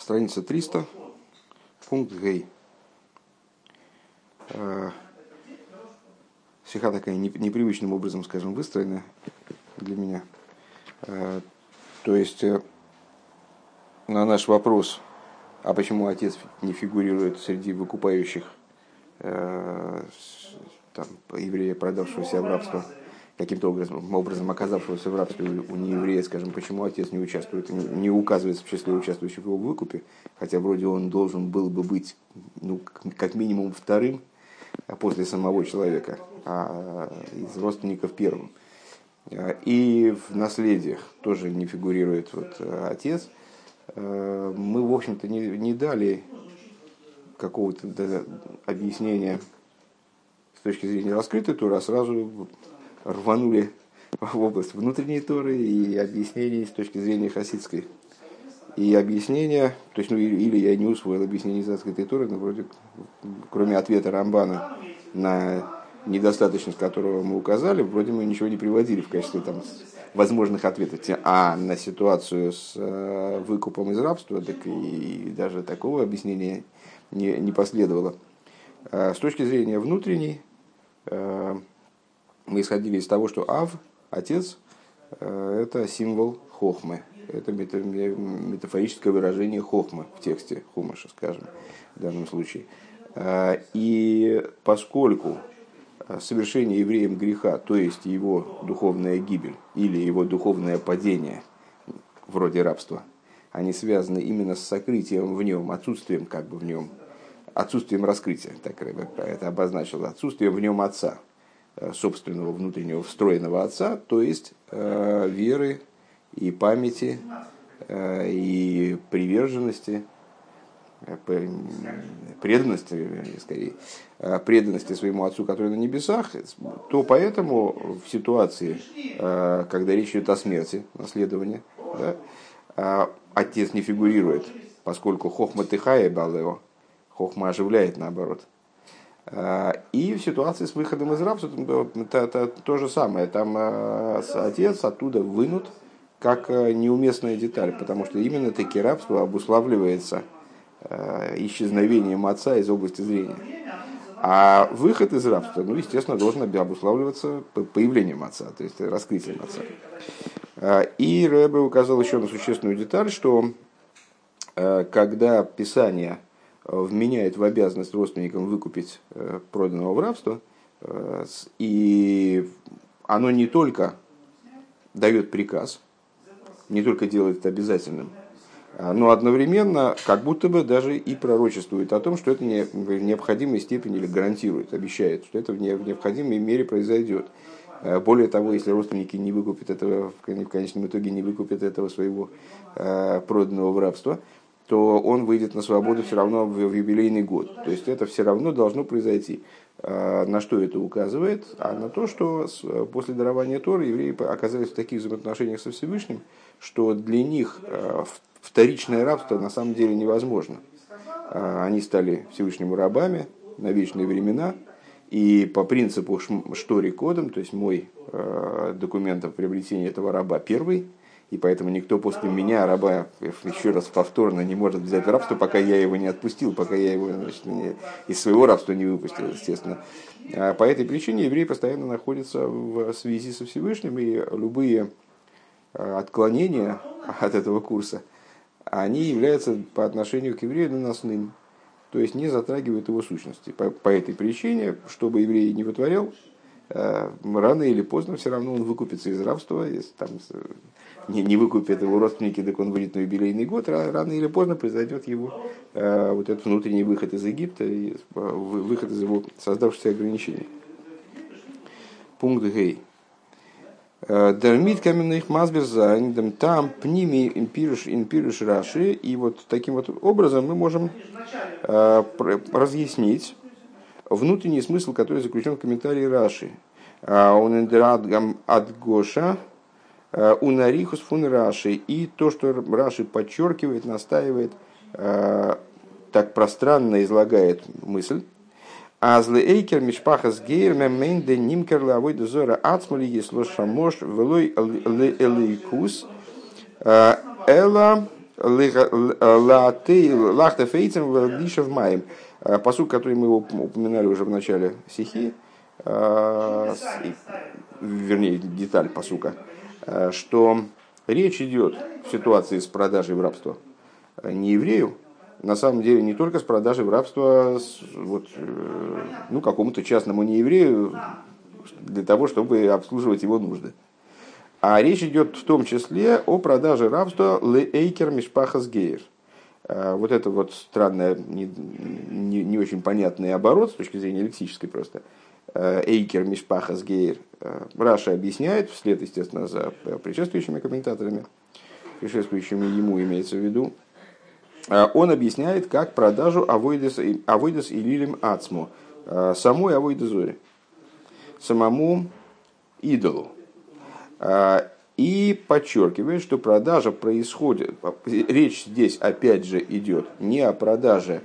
Страница 300, пункт Гей. Сиха такая непривычным образом, скажем, выстроена для меня. То есть, на наш вопрос, а почему отец не фигурирует среди выкупающих еврея, продавшегося в рабство, каким-то образом оказавшегося в рабстве у нееврея, скажем, почему отец не участвует, не указывается в числе участвующих в его выкупе, хотя вроде он должен был бы быть, как минимум вторым после самого человека, а из родственников первым. И в наследиях тоже не фигурирует отец. Мы, в общем-то, не дали какого-то объяснения с точки зрения раскрытой Торы, а сразу рванули в область внутренней Торы и объяснений с точки зрения хасидской. И объяснения, то есть, или я не усвоил объяснение из раскрытой Торы, но вроде, кроме ответа Рамбана на недостаточность которого мы указали, вроде мы ничего не приводили в качестве возможных ответов. А на ситуацию с выкупом из рабства, так и даже такого объяснения не последовало. С точки зрения внутренней, мы исходили из того, что Ав, отец, это символ хохмы. Это метафорическое выражение хохмы в тексте Хумаша, скажем, в данном случае. И поскольку совершение евреем греха, то есть его духовная гибель или его духовное падение, вроде рабства, они связаны именно с сокрытием в нем, отсутствием в нем, отсутствием раскрытия, так это обозначил, отсутствием в нем отца, собственного внутреннего встроенного отца, то есть веры и памяти и приверженности, преданности, скорее, преданности своему отцу, который на небесах, то поэтому в ситуации, когда речь идет о смерти, наследовании, да, отец не фигурирует, поскольку хохма тыхая балео, хохма оживляет наоборот. И в ситуации с выходом из рабства это то же самое. Там отец оттуда вынут как неуместная деталь, потому что именно таки рабство обуславливается исчезновением отца из области зрения. А выход из рабства, естественно, должен обуславливаться появлением отца, то есть раскрытием отца. И Ребе указал еще на существенную деталь, что когда Писание вменяет в обязанность родственникам выкупить проданного в рабство, и оно не только дает приказ, не только делает это обязательным, но одновременно как будто бы даже и пророчествует о том, что это в необходимой степени или гарантирует, обещает, что это в необходимой мере произойдет. Более того, если родственники не выкупят этого, в конечном итоге не выкупят этого своего проданного в рабство, то он выйдет на свободу все равно в юбилейный год. То есть это все равно должно произойти. На что это указывает? А на то, что после дарования Торы евреи оказались в таких взаимоотношениях со Всевышним, что для них вторичное рабство на самом деле невозможно. Они стали Всевышнему рабами на вечные времена, и по принципу штори кодом, то есть мой документ о приобретении этого раба первый, и поэтому никто после меня, раба, еще раз повторно не может взять рабство, пока я его не отпустил, пока я его из своего рабства не выпустил, естественно. По этой причине евреи постоянно находятся в связи со Всевышним, и любые отклонения от этого курса, они являются по отношению к еврею наносным, то есть не затрагивают его сущности. По этой причине, что бы еврей не вытворял, рано или поздно все равно он выкупится из рабства. Если там не выкупят его родственники, так он выйдет на юбилейный год, рано или поздно произойдет его вот этот внутренний выход из Египта, выход из его создавшихся ограничений. Пункт Гей. Дермит каменных мазберзайн, там пними инпируш раши. И вот таким вот образом мы можем разъяснить внутренний смысл, который заключен в комментарии Раши. Он эндерадгам от Гоша унарихус фун Раши. И то, что Раши подчеркивает, настаивает, так пространно излагает мысль. Азле эйкер мишпахас гейр мемейнде нимкер лавой дозора ацмали есло шамош велой элейкус эла лахта фейцем лишев маем. Пасук, который мы его упоминали уже в начале стихи, вернее, деталь пасука, что речь идет в ситуации с продажей в рабство не еврею, на самом деле не только с продажей в рабство вот, ну, какому-то частному нееврею для того, чтобы обслуживать его нужды. А речь идет в том числе о продаже рабства леэйкер мишпахас гейр. Вот это вот странный, не очень понятный оборот с точки зрения лексической просто. Эйкер мишпахас гейр. Раша объясняет, вслед, естественно, за предшествующими комментаторами, предшествующими ему имеется в виду, он объясняет, как продажу авойдес и лилим ацму, самой авойдезоре, самому идолу. И подчеркивает, что продажа происходит, речь здесь опять же идет не о продаже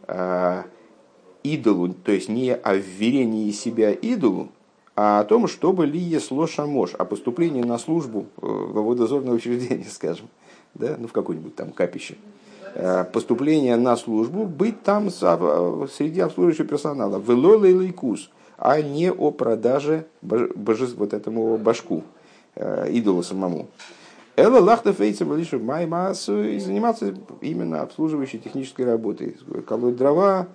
идолу, то есть не о вверении себя идолу, а о том, чтобы ли есло шамош, о поступлении на службу в авойдозорное учреждение, скажем, да, ну в какое-нибудь там капище. Поступление на службу, быть там среди обслуживающего персонала, велолей лейкус, а не о продаже вот этому башку, идолу самому. Эла лахта фейца балишу маймасу, и заниматься именно обслуживающей технической работой, колоть дрова,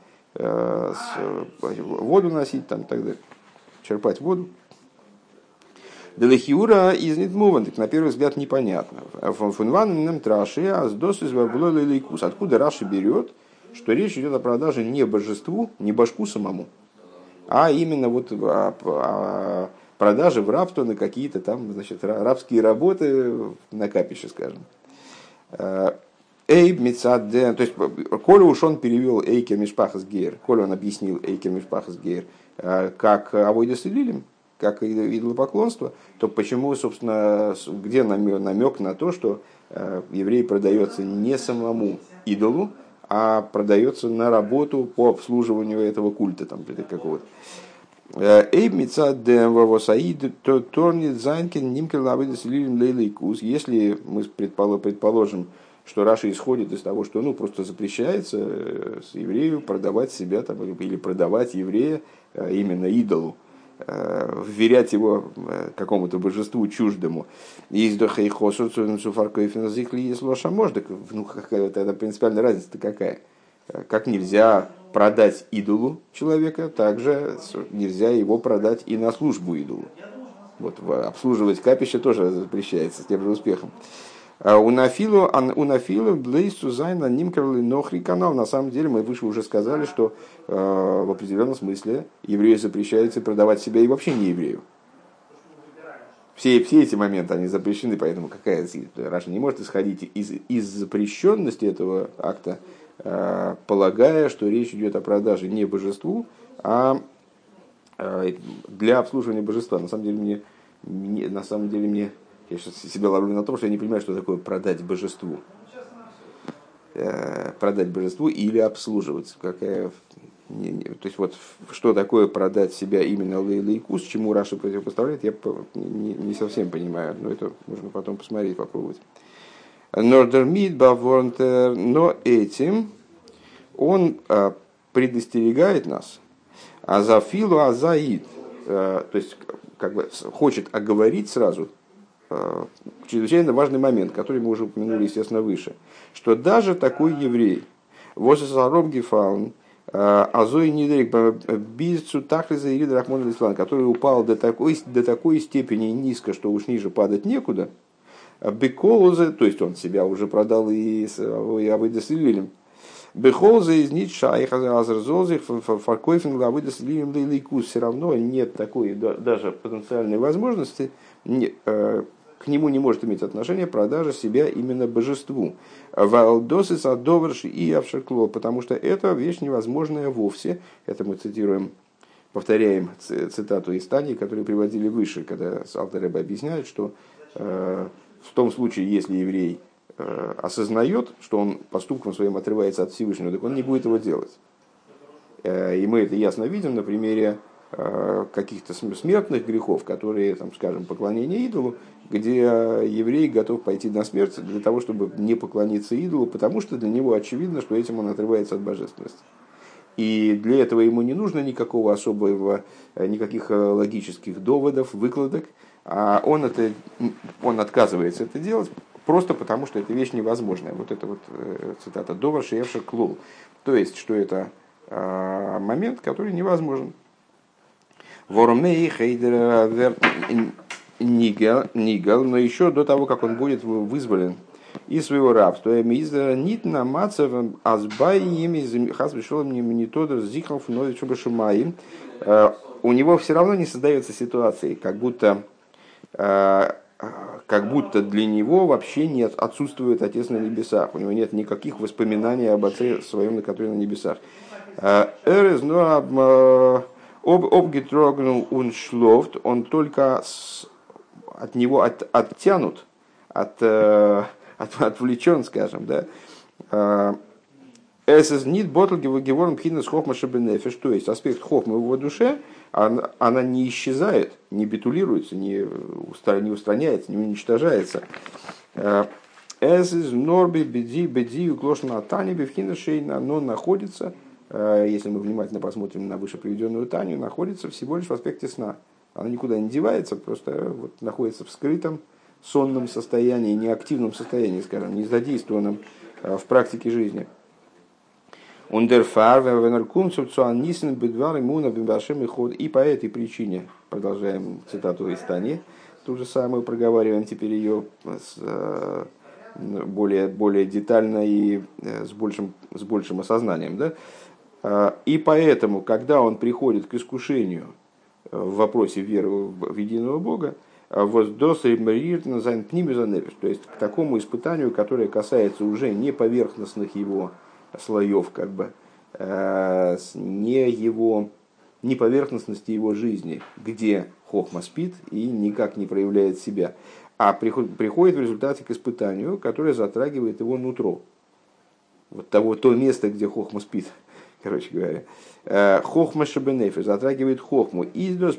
воду носить, там, так далее, черпать воду. Делехиура из нитмуван, так на первый взгляд непонятно. Фунванным траши, а с досыз лейкус. Откуда Раши берет, что речь идет о продаже не божеству, не башку самому, а именно вот о продаже в рабство на какие-то там, значит, рабские работы на капище, скажем. Эйб мицадден, то есть, коли уж он перевел Эйкер Мишпахас Гейр, коли он объяснил Эйкер Мишпахас Гейр как авойдес и лилим, как идолопоклонство, то почему, собственно, где намек на то, что еврей продается не самому идолу, а продается на работу по обслуживанию этого культа там, какого-то. Эйб мицадден вавосаид торнит зайнкен нимкер авойдес и лилим лейлейкус. Если мы предположим, что Раша исходит из того, что просто запрещается еврею продавать себя там, или продавать еврея именно идолу, вверять его какому-то божеству чуждому. Это принципиальная разница-то какая? Как нельзя продать идолу человека, также нельзя его продать и на службу идолу. Вот, обслуживать капище тоже запрещается с тем же успехом. Унафилу блейсу зайна нимкерли нохри канал. На самом деле мы выше уже сказали, что в определенном смысле еврею запрещается продавать себя и вообще не еврею. Все эти моменты они запрещены, поэтому Раша не может исходить из запрещенности этого акта, полагая, что речь идет о продаже не божеству, а для обслуживания божества. На самом деле мне я сейчас себя ловлю на том, что я не понимаю, что такое продать божеству. Продать божеству или обслуживать. То есть, вот, что такое продать себя именно лейкус, чему Раша противопоставляет, я не совсем понимаю. Но это можно потом посмотреть, попробовать. Но этим он предостерегает нас. Азафилу азаид. То есть, как бы хочет оговорить сразу чрезвычайно важный момент, который мы уже упомянули, естественно, выше, что даже такой еврей, который упал до такой степени низко, что уж ниже падать некуда, беколозе, то есть он себя уже продал и авойдес и лилим, беколозе из нитша и азерзозих фаркойфинг авойдес и лилим лейликус, все равно нет такой даже потенциальной возможности, к нему не может иметь отношение продажа себя именно божеству. Валдосис адоварши и авшеркло, потому что это вещь невозможная вовсе. Это мы повторяем цитату из Тани, которую приводили выше, когда Алтер Ребе объясняет, что в том случае, если еврей осознает, что он поступком своим отрывается от Всевышнего, так он не будет его делать. И мы это ясно видим на примере каких-то смертных грехов, которые, там, скажем, поклонение идолу, где еврей готов пойти на смерть для того, чтобы не поклониться идолу, потому что для него очевидно, что этим он отрывается от божественности. И для этого ему не нужно никакого особого, никаких логических доводов, выкладок, а он отказывается это делать просто потому, что эта вещь невозможная. Вот это вот цитата «Довар шеевша клол». То есть, что это момент, который невозможен. Воромей хейдер нигел, но еще до того, как он будет вызволен из своего рабства, нит на мацев азбай ими хас пришел мне не тодор зихов но чтобы шумаим, у него все равно не создается ситуации, как будто для него вообще нет, отсутствует Отец на небесах, у него нет никаких воспоминаний об Отце своем, который на небесах. Обгетрогнул он шлофт, он только от него оттянут, отвлечен, скажем, да. Эсэс нит ботлги вагеворн пхинес хохма шабенефиш, то есть аспект хохмы в его душе, она не исчезает, не битулируется, не устраняется, не уничтожается. Эсэс норби беди уклошна тани бифхинес шейна, но находится, если мы внимательно посмотрим на выше приведенную Таню, находится всего лишь в аспекте сна. Она никуда не девается, просто вот находится в скрытом, сонном состоянии, неактивном состоянии, скажем, не задействованном в практике жизни. И по этой причине, продолжаем цитату из Тани, ту же самую проговариваем теперь ее более детально и с большим осознанием, да? И поэтому, когда он приходит к искушению в вопросе веры в единого Бога, то есть к такому испытанию, которое касается уже не поверхностных его слоев, как бы, не поверхностности его жизни, где хохма спит и никак не проявляет себя, а приходит в результате к испытанию, которое затрагивает его нутро. Вот то место, где хохма спит. Короче говоря, хохма шабенефи затрагивает хохму. Издос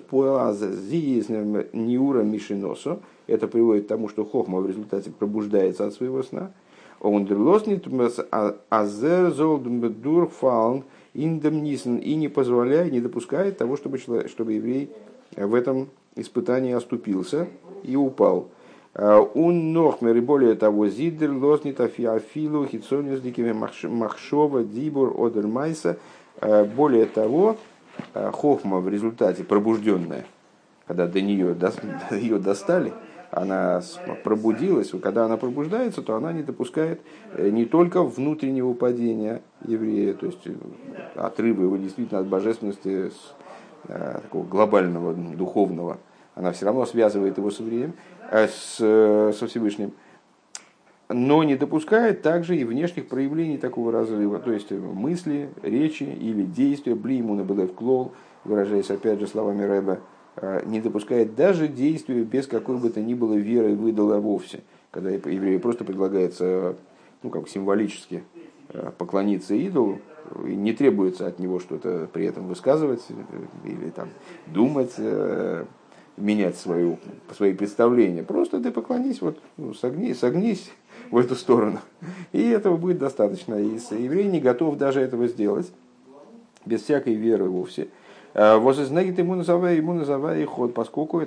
ниура мишиносо. Это приводит к тому, что хохма в результате пробуждается от своего сна. Он дерлоснит азер золдмбедурфалн индемнисен и не позволяет, не допускает того, чтобы еврей в этом испытании оступился и упал. Он нохмер, и более того, зидер лоснит афиафилу хитсонис дикими махшова дибур одермайса. Более того, хохма в результате пробужденная, когда до нее ее достали, она пробудилась, когда она пробуждается, то она не допускает не только внутреннего падения еврея, то есть отрыва его действительно от божественности такого глобального, духовного, она все равно связывает его со евреем, со Всевышним, но не допускает также и внешних проявлений такого разрыва, то есть мысли, речи или действия, блимуна бэлэв клол, выражаясь опять же словами Рэбе, не допускает даже действия без какой бы то ни было веры выдала вовсе, когда еврею просто предлагается, символически поклониться идолу, и не требуется от него что-то при этом высказывать или там думать, менять свои представления. Просто ты поклонись, согнись в эту сторону. И этого будет достаточно. И еврей не готов даже этого сделать, без всякой веры вовсе. Возознагит ему называя ход, поскольку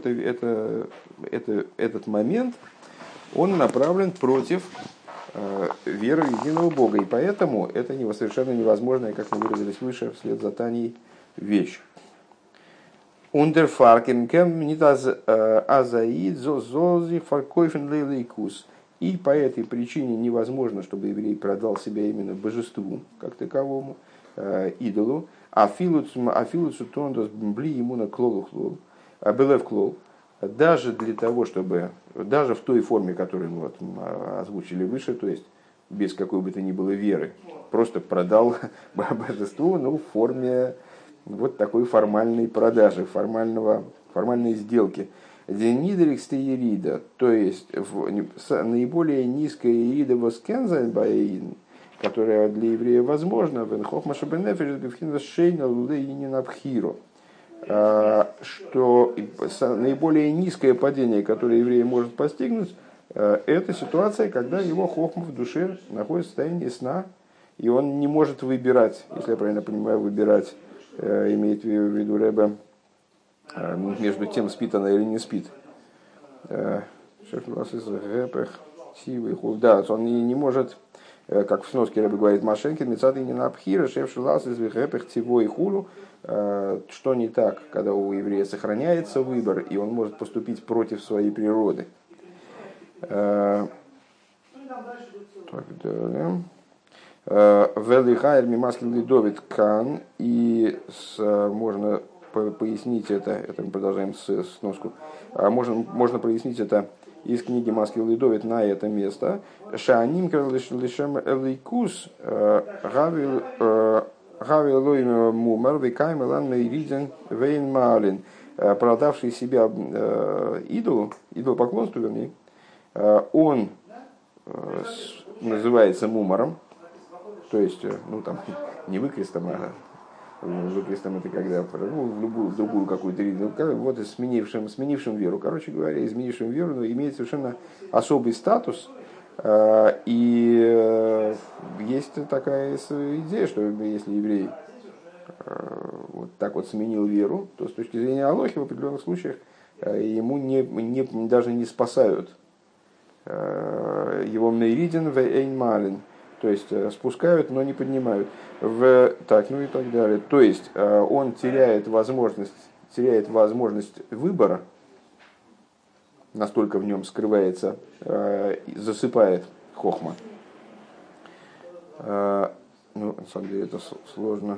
этот момент, он направлен против веры в единого Бога. И поэтому это совершенно невозможная, как мы выразились выше, вслед за Таней, вещь. И по этой причине невозможно, чтобы еврей продал себя именно божеству, как таковому, идолу, даже для того, чтобы, даже в той форме, которую мы озвучили выше, то есть без какой бы то ни было веры, просто продал божеству, в форме вот такой формальной продажи, формальной сделки. Ерида, то есть наиболее низкая ирида воскензайн, которая для еврея возможна, что наиболее низкое падение, которое еврей может постигнуть, это ситуация, когда его хохма в душе находится в состоянии сна, и он не может выбирать, если я правильно понимаю, выбирать, имеет в виду Ребе, между тем, спит она или не спит. Да, он не может, как в сноске Ребе говорит Машенкин, «Мецады не напхира, шефшилас из вихепех тиво и хулу». Что не так, когда у еврея сохраняется выбор, и он может поступить против своей природы. Велихайр мимаскин лидовит кан, и можно пояснить это мы продолжаем сноску, можно прояснить это из книги Маскил Лидовит на это место. Шааним лишем элейкус гавил лойм мумар векайм элан мейриден вейн малин. Продавший себя идолопоклонству, вернее, он называется мумаром, то есть, ну там, не выкрестом, а выкрестом это когда, ну, в другую какую-то религию, вот сменившим веру, короче говоря, изменившим веру, но имеет совершенно особый статус. И есть такая идея, что если еврей вот так вот сменил веру, то с точки зрения Алохи в определенных случаях ему даже не спасают его мейриден в эйнмалин, то есть спускают, но не поднимают. Так, ну и так далее. То есть он теряет возможность выбора, настолько в нем скрывается, засыпает хохма. Ну, на самом деле это сложно.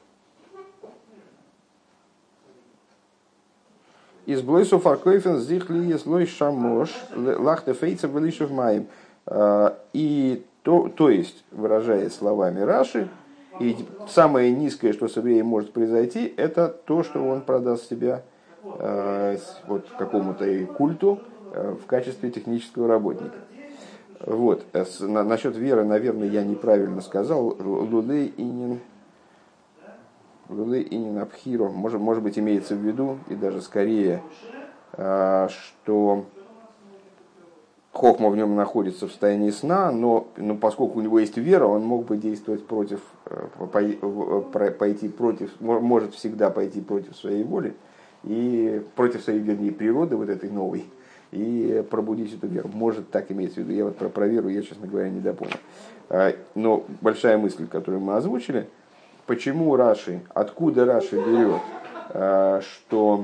Из блойсов аркойфен зихли еслой шамош лахте фейца велишев маем. И то есть, выражаясь словами Раши, и самое низкое, что с евреем может произойти, это то, что он продаст себя вот какому-то культу в качестве технического работника. Вот. Насчет веры, наверное, я неправильно сказал. Лулей инин абхиро. Может быть, имеется в виду, и даже скорее, что хохма в нем находится в состоянии сна, но поскольку у него есть вера, он мог бы действовать пойти против, может всегда пойти против своей воли и против своей, вернее, природы вот этой новой, и пробудить эту веру. Может так имеется в виду. Я вот про веру, я, честно говоря, не допонял. Но большая мысль, которую мы озвучили, почему Раши, откуда Раши берет, что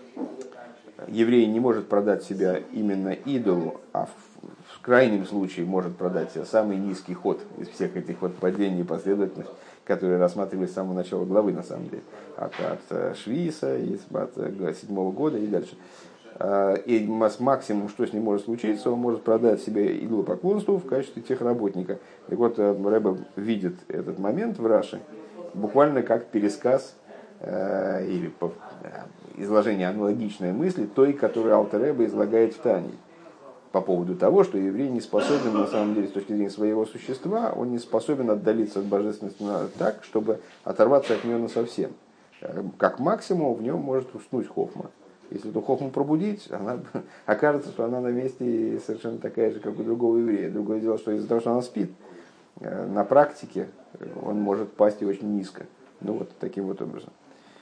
еврей не может продать себя именно идолу, а в крайнем случае может продать себя самый низкий ход из всех этих вот падений и последовательностей, которые рассматривались с самого начала главы, на самом деле, от Швиса, от 7 года и дальше. И максимум, что с ним может случиться, он может продать себе идолопоклонству в качестве техработника. И вот Рэбе видит этот момент в Раши буквально как пересказ или изложение аналогичной мысли той, которую Алтер Ребе излагает в Тане, по поводу того, что еврей не способен, на самом деле, с точки зрения своего существа, он не способен отдалиться от божественности так, чтобы оторваться от нее совсем. Как максимум в нем может уснуть хохма. Если эту хохму пробудить, она окажется, что она на месте совершенно такая же, как у другого еврея. Другое дело, что из-за того, что она спит, на практике он может пасть и очень низко. Ну вот таким вот образом.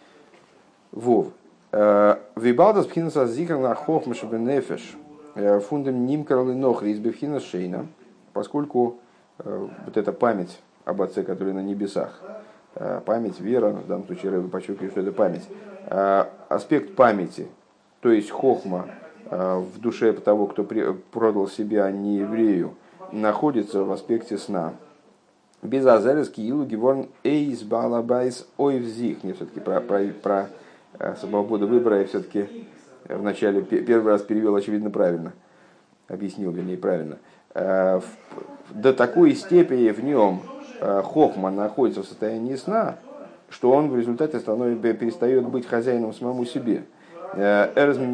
Вов. Вибалдас пхинаса зикр на хохма шабенефеш фундам нимкарл и нохри из бифхина шейна, поскольку вот эта память об Отце, который на небесах, память, вера, в данном случае Рэбе подчеркивает, что это память, аспект памяти, то есть хохма в душе того, кто продал себя не еврею, находится в аспекте сна. Без азелески илу геворн эйс балабайс ойвзих. Мне все-таки про свободу выбора я все-таки вначале первый раз перевел, очевидно, правильно. Объяснил, вернее, правильно. До такой степени в нем хохма находится в состоянии сна, что он в результате перестает быть хозяином самому себе. То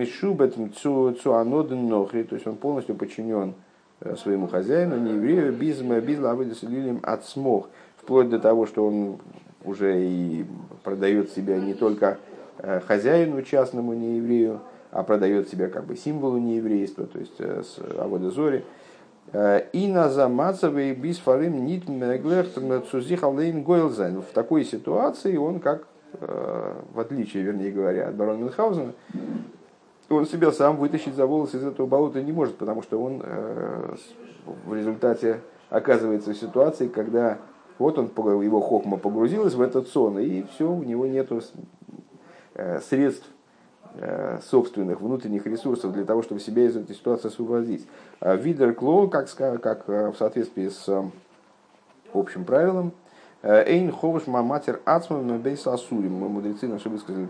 есть он полностью подчинен своему хозяину, не еврею, без лавыдеселилим от смог, вплоть до того, что он уже и продает себя не только хозяину частному нееврею, а продает себя как бы символу нееврейства, то есть с авода зори. И на замацовый бисфарим нит меглех цузих алейн гойлзайн. В такой ситуации он, как, в отличие, вернее говоря, от барона Мюнхгаузена, он себя сам вытащить за волосы из этого болота не может, потому что он в результате оказывается в ситуации, когда вот он, его хохма погрузилась в этот сон, и все, у него нет средств собственных внутренних ресурсов для того, чтобы себя из этой ситуации освободить. Видер клол, как в соответствии с общим правилом, эйн ховш маматер ацман бейс асурим. Мудрецы наши высказали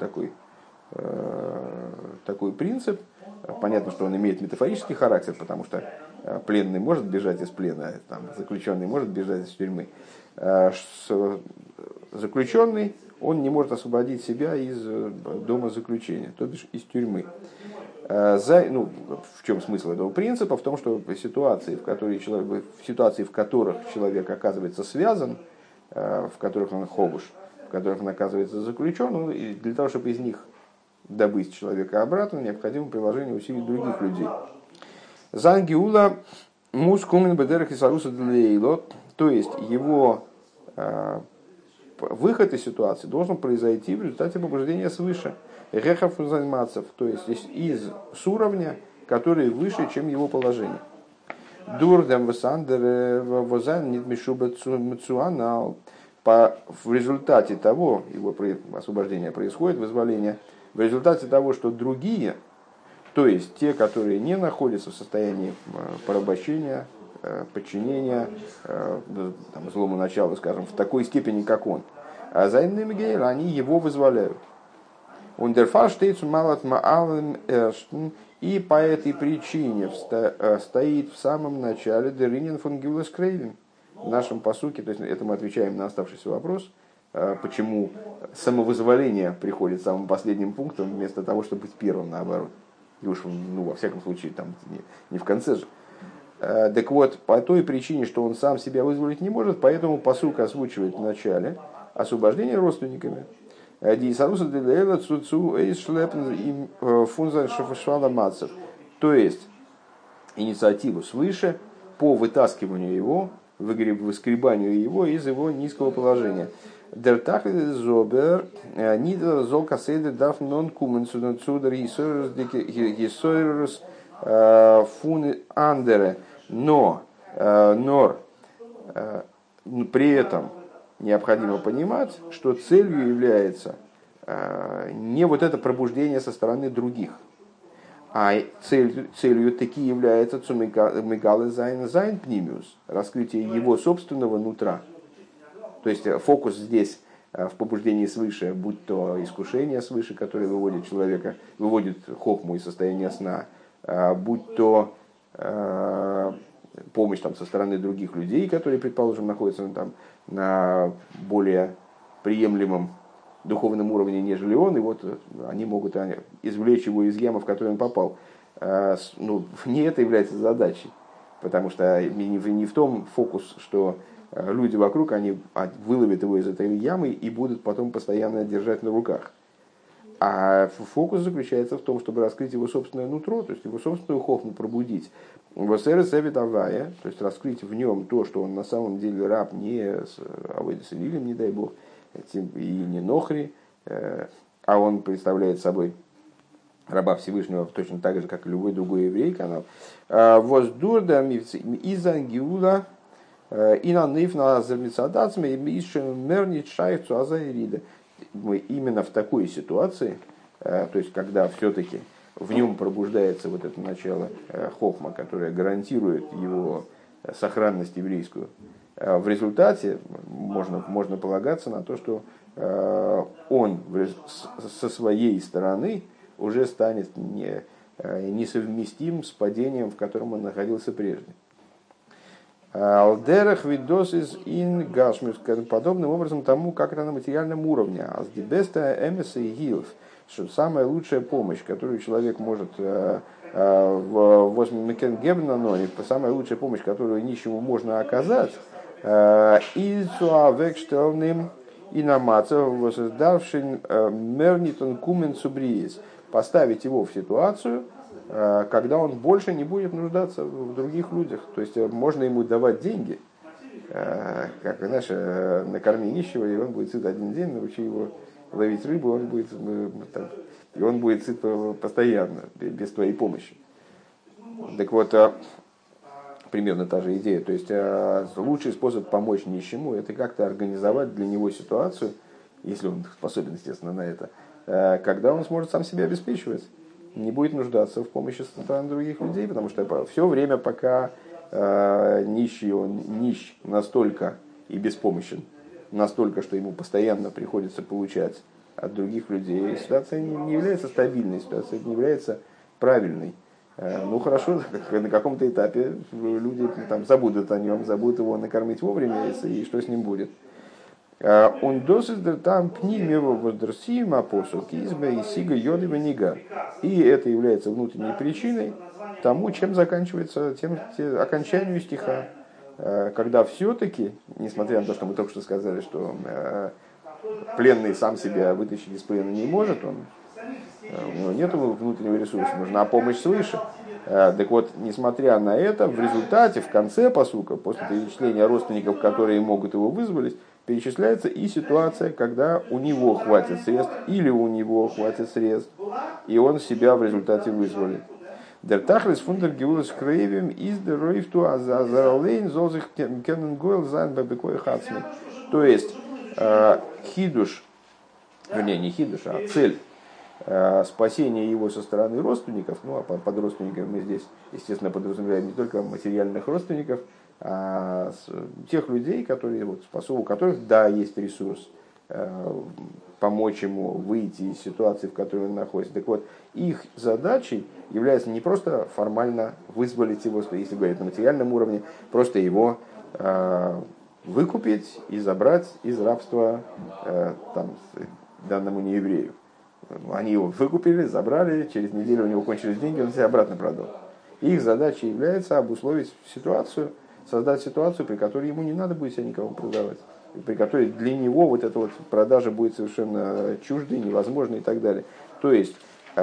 такой принцип. Понятно, что он имеет метафорический характер, потому что пленный может бежать из плена, там, заключенный может бежать из тюрьмы. Заключенный, он не может освободить себя из дома заключения, то бишь из тюрьмы. В чем смысл этого принципа? В том, что в ситуации, в которых человек оказывается связан, в которых он хобуш, в которых он оказывается заключен, и для того, чтобы из них добыть человека обратно, необходимо приложение усилий других людей. Зангиула мускумен бедерах и саруса длейло, то есть его выход из ситуации должен произойти в результате побуждения свыше. Рехав узаймацев, то есть с уровня, который выше, чем его положение. Дурдам васандер возан нит мишуба мцуанал. В результате того, его освобождение происходит, вызволение, в результате того, что другие, то есть те, которые не находятся в состоянии порабощения, подчинения злому началу, скажем, в такой степени, как он, а за они его вызволяют. И по этой причине стоит в самом начале Деринин фон Гюлес Крейвен в нашем пасуке, то есть это мы отвечаем на оставшийся вопрос, почему самовызволение приходит самым последним пунктом, вместо того, чтобы быть первым, наоборот. И уж, во всяком случае, там не в конце же. Так вот, по той причине, что он сам себя вызволить не может, поэтому пасук озвучивает в начале освобождение родственниками. То есть инициативу свыше по вытаскиванию его, выскребанию его из его низкого положения. Но при этом необходимо понимать, что целью является не вот это пробуждение со стороны других, а целью таки является зайн пнимиус, раскрытие его собственного нутра. То есть фокус здесь в побуждении свыше, будь то искушение свыше, которое выводит человека, выводит хохму из состояния сна, будь то помощь со стороны других людей, которые, предположим, находятся на более приемлемом духовном уровне, нежели он, и вот они могут извлечь его из ямы, в которую он попал. Не это является задачей, потому что не в том фокус, что люди вокруг, они выловят его из этой ямы и будут потом постоянно держать на руках. А фокус заключается в том, чтобы раскрыть его собственное нутро, то есть его собственную хохму пробудить. То есть раскрыть в нем то, что он на самом деле раб не с авойдос элилем, не дай бог, и не нохри, а он представляет собой раба Всевышнего точно так же, как и любой другой еврей канал. Воздурда изангиула и на нейф на замицадацме и ищем мернит шайцу азаирида. Мы именно в такой ситуации, то есть когда все-таки в нем пробуждается вот это начало хохма, которое гарантирует его сохранность еврейскую, в результате можно полагаться на то, что он со своей стороны уже станет несовместим с падением, в котором он находился прежде. Алдерах видосис ин гашмус, подобным образом тому, как это на материальном уровне. Аздибеста эмеса и гилов, что самая лучшая помощь, которую человек может самая лучшая помощь, которую нищему можно оказать, и намацав, воссоздавший мернитон кумен субриес, поставить его в ситуацию, когда он больше не будет нуждаться в других людях. То есть можно ему давать деньги, как, знаешь, накорми нищего, и он будет сыт один день, научи его ловить рыбу, и он будет сыт постоянно, без твоей помощи. Так вот, примерно та же идея. То есть лучший способ помочь нищему — это как-то организовать для него ситуацию, если он способен, естественно, на это, когда он сможет сам себя обеспечивать, не будет нуждаться в помощи со стороны других людей, потому что все время, пока нищий, он нищ настолько и беспомощен, настолько, что ему постоянно приходится получать от других людей, ситуация не является стабильной, ситуация не является правильной. Ну хорошо, на каком-то этапе люди там забудут о нем, забудут его накормить вовремя, и что с ним будет. Он досит там пнимево воздрасима посылки избе и сига йодива нига. И это является внутренней причиной тому, чем заканчивается окончанию стиха. Когда все-таки, несмотря на то, что мы только что сказали, что пленный сам себя вытащить из плена не может, у него нет внутреннего ресурса, нужна помощь свыше. Так вот, несмотря на это, в результате, в конце пасука, после перечисления родственников, которые могут его вызволить, перечисляется и ситуация, когда у него хватит средств или у него хватит средств, и он себя в результате вызволит. Der Tachlis von der Geulus Krevim is der Reiftu Azaralein soll sich kennen Goel sein bei Bekoi Хацми. То есть, хидуш, вернее, не хидуш, а цель спасения его со стороны родственников, ну а под родственниками мы здесь, естественно, подразумеваем не только материальных родственников, а тех людей, которые, у которых, да, есть ресурс помочь ему выйти из ситуации, в которой он находится. Так вот, их задачей является не просто формально вызволить его, если говорить на материальном уровне, просто его выкупить и забрать из рабства данному нееврею. Они его выкупили, забрали, через неделю у него кончились деньги, он себя обратно продал. Их задача является обусловить ситуацию, создать ситуацию, при которой ему не надо будет себя никому продавать, при которой для него вот эта вот продажа будет совершенно чуждой, невозможной и так далее. То есть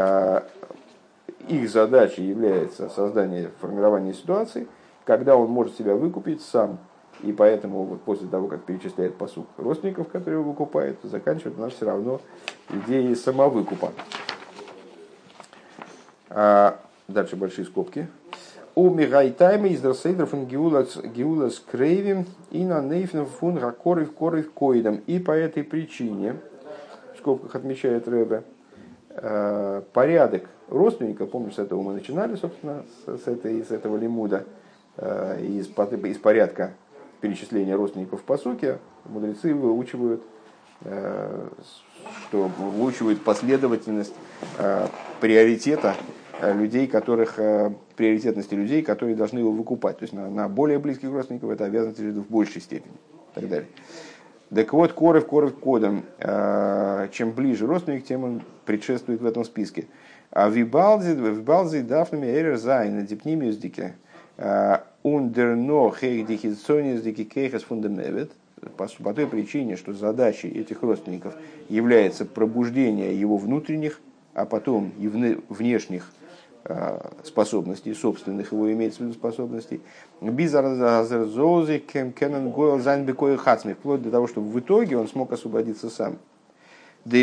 их задачей является создание, формирование ситуации, когда он может себя выкупить сам. И поэтому вот после того, как перечисляет пасук родственников, которые его выкупают, заканчивает она все равно идеей самовыкупа. Дальше большие скобки. У Мигайтайма из Дерсейдер фун Геулас Крейвим и на Нейфен фун Ракорив Корив Коидом. И по этой причине, в скобках отмечает Ребе, порядок родственников, помню, с этого мы начинали, собственно, с этого лимуда, из порядка перечисления родственников в пасуке, мудрецы выучивают последовательность приоритета людей, приоритетности людей, которые должны его выкупать. То есть на более близких родственников это обязанность лежит в большей степени. И так далее. Так вот, коров кодом, чем ближе родственник, тем он предшествует в этом списке. А вибалзи дафнами эрер зайн дипнимиуздике ундерно хейхдихидсониуздике кейхас фундамевит. По той причине, что задачей этих родственников является пробуждение его внутренних, а потом и внешних способностей, собственных его имеется в виду способностей, вплоть до того, чтобы в итоге он смог освободиться сам. По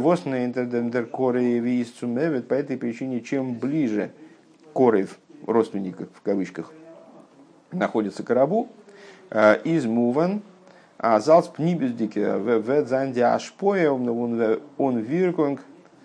этой причине, чем ближе корев, родственников в кавычках, находится к рабу, из муван, а залц пнибюздике в занде ашпоя он виркунг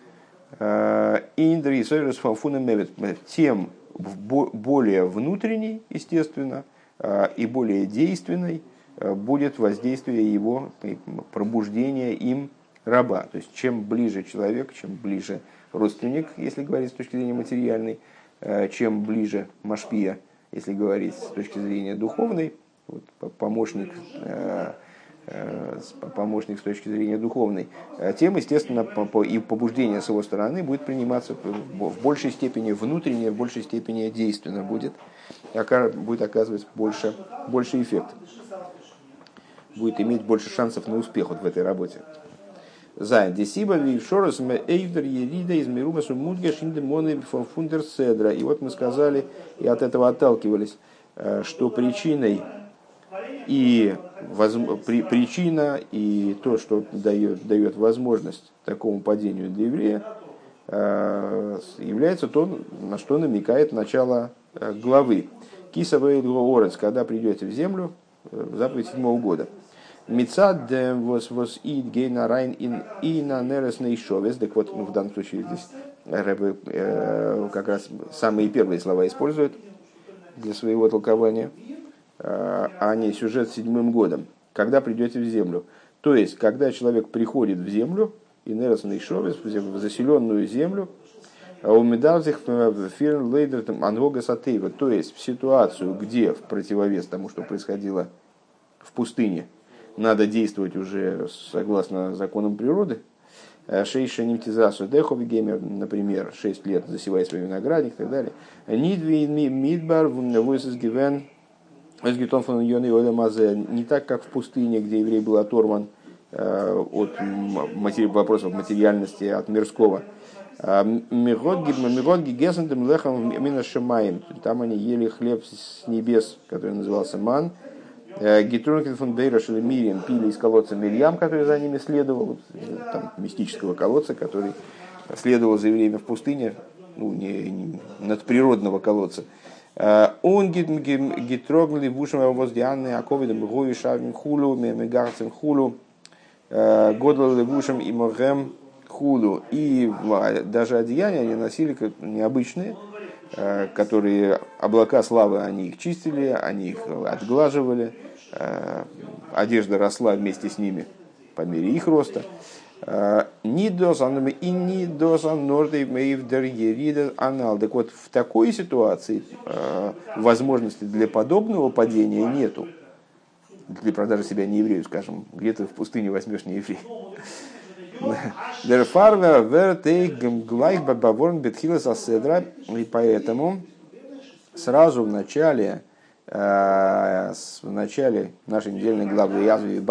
тем более внутренней, естественно, и более действенной будет воздействие его, пробуждение им раба. То есть, чем ближе человек, чем ближе родственник, если говорить с точки зрения материальной, чем ближе машпия, если говорить с точки зрения духовной, вот, помощник с точки зрения духовной, тем, естественно, и побуждение с его стороны будет приниматься в большей степени внутреннее, в большей степени действенно будет оказывать больше эффект. будет иметь больше шансов на успех вот в этой работе. Зайн десиба вившорос эйвдер ерида из мирумасу мудга шиндемоны фундер седра. И вот мы сказали, и от этого отталкивались, что причиной причина и то, что дает возможность такому падению для еврея, является то, на что намекает начало главы. Киса Орец, когда придете в землю, заповедь 7 года. Мицад was ид гейна райн и на нересный шовес. Так вот, в данном случае здесь Рэбе как раз самые первые слова использует для своего толкования, а не сюжет 7 годом. Когда придете в землю. То есть, когда человек приходит в землю, и нересный шовес, в заселенную землю, то есть в ситуацию, где в противовес тому, что происходило в пустыне, надо действовать уже согласно законам природы. Шейша нимтизасу деховигеймер, например, 6 лет засевая свой виноградник и так далее. Мидбар гивен не так, как в пустыне, где еврей был оторван от вопросов материальности, от мирского. Миродги гесендем лехом минашемаем. Там они ели хлеб с небес, который назывался ман. Гитрункин фон Бейра Шелемирием пили из колодца Мирьям, который за ними следовал, там, мистического колодца, который следовал за евреями в пустыне, ну, не надприродного колодца. Он гитрогли вушем воздианны аковидом гою шавим хулу мегарцем хулу годл левушем и моргем хулу. И даже одеяния они носили необычные, которые облака славы, они их чистили, они их отглаживали, одежда росла вместе с ними по мере их роста. Так вот, в такой ситуации возможности для подобного падения нету. Для продажи себя не еврею, скажем, где-то в пустыне возьмешь не еврея. И поэтому сразу в начале нашей недельной главы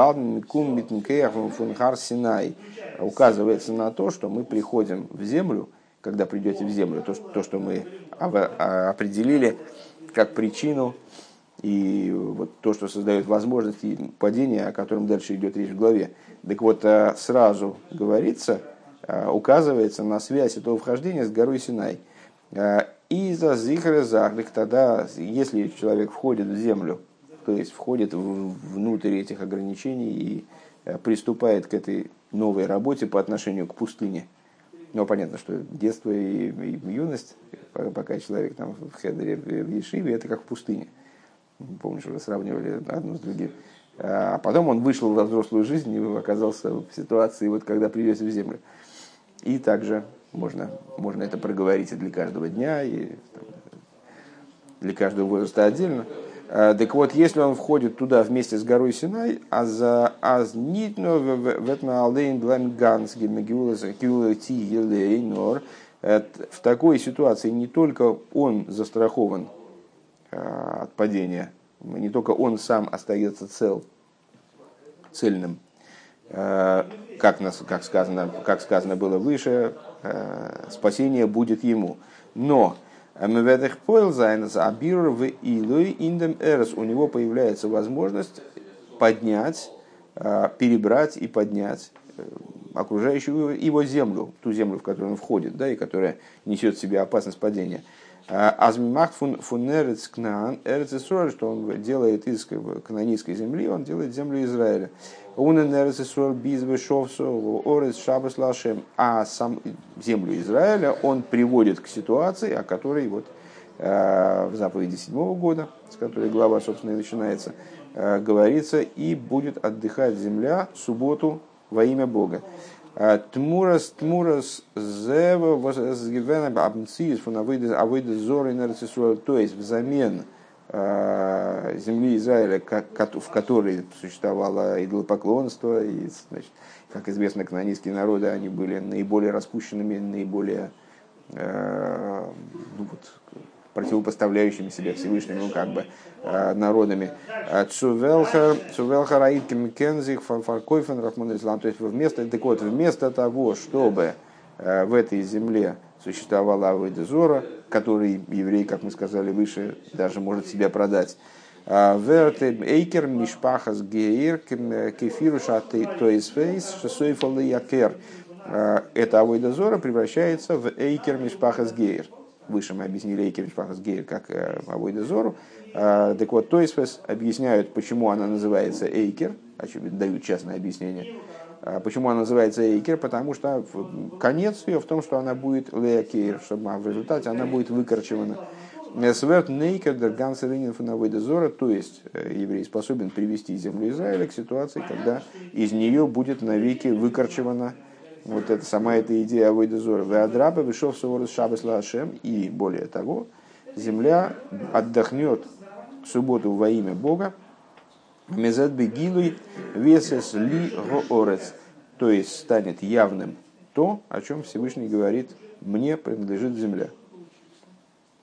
Синай указывается на то, что мы приходим в землю, когда придете в землю, то, что мы определили как причину и вот то, что создает возможности падения, о котором дальше идет речь в главе. Так вот, сразу говорится, указывается на связь этого вхождения с горой Синай. И за зихры захлик, тогда, если человек входит в землю, то есть входит внутрь этих ограничений и приступает к этой новой работе по отношению к пустыне. Ну, понятно, что детство и юность, пока человек там в хедере, в ешиве, это как в пустыне. Помнишь, уже сравнивали одно с другим. А потом он вышел во взрослую жизнь и оказался в ситуации, вот, когда привез в землю. И также можно это проговорить и для каждого дня, и для каждого возраста отдельно. Так вот, если он входит туда вместе с горой Синай, в такой ситуации не только он застрахован от падения, не только он сам остается цельным, как сказано было выше, спасение будет ему. Но у него появляется возможность поднять, перебрать и поднять окружающую его землю, ту землю, в которую он входит, да, и которая несет в себе опасность падения. Азмимахт фун эрец кнаан, эрец Исроэль, что он делает из кнаанийской земли, он делает землю Израиля. Он эрец Исроэль бизвы шовсу орец шабас лашем, а сам землю Израиля он приводит к ситуации, о которой вот в заповеди 7 года, с которой глава, собственно, и начинается, говорится, и будет отдыхать земля в субботу во имя Бога. Тмурас зева возгивена абнциис фун авойдес зоры нерцисуэль, то есть взамен земли Израиля, в которой существовало идолопоклонство, и, значит, как известно, кнаанийские народы, они были наиболее распущенными, наиболее противопоставляющими себя Всевышнему как бы народами. Цувелха раитким кензих фаркойфен рахмон ислам. То есть вместо того, чтобы в этой земле существовала авойда зора, который еврей, как мы сказали выше, даже может себя продать. Эйкер мишпахас геир кефиру шаты тойсфейс шесойфалы якер. Эта авойда зора превращается в эйкер мишпахас геир. Выше мы объяснили эйкер мишпахас геир как авойда зору. Так вот, тойсфейс объясняют, почему она называется эйкер, очевидно, дают частное объяснение. Почему она называется эйкер? Потому что конец ее в том, что она будет леакер, чтобы в результате она будет выкорчевана. Сверт нейкер дергансер инфунавойда зора, то есть еврей способен привести землю Израиля к ситуации, когда из нее будет навеки выкорчевана вот эта сама эта идея авойда зора. Веадраба вышел суворус шабас лашем, и более того, земля отдохнет в субботу во имя Бога. Мезет бегилуй весес ли гоорец, то есть станет явным то, о чем Всевышний говорит: мне принадлежит земля.